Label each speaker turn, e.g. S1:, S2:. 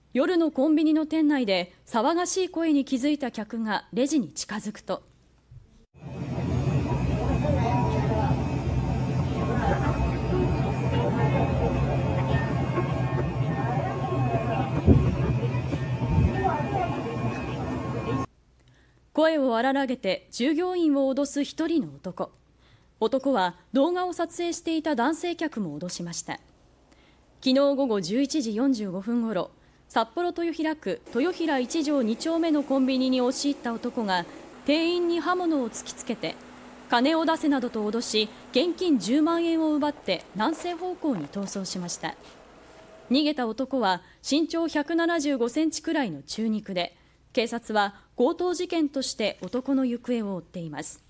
S1: 夜のコンビニの店内で騒がしい声に気づいた客がレジに近づくと、声を荒らげて従業員を脅す一人の男。男は動画を撮影していた男性客も脅しました。昨日午後11時45分ごろ、札幌豊平区豊平1条2丁目のコンビニに押し入った男が店員に刃物を突きつけて、金を出せなどと脅し、現金10万円を奪って南西方向に逃走しました。逃げた男は身長175センチくらいの中肉で、警察は強盗事件として男の行方を追っています。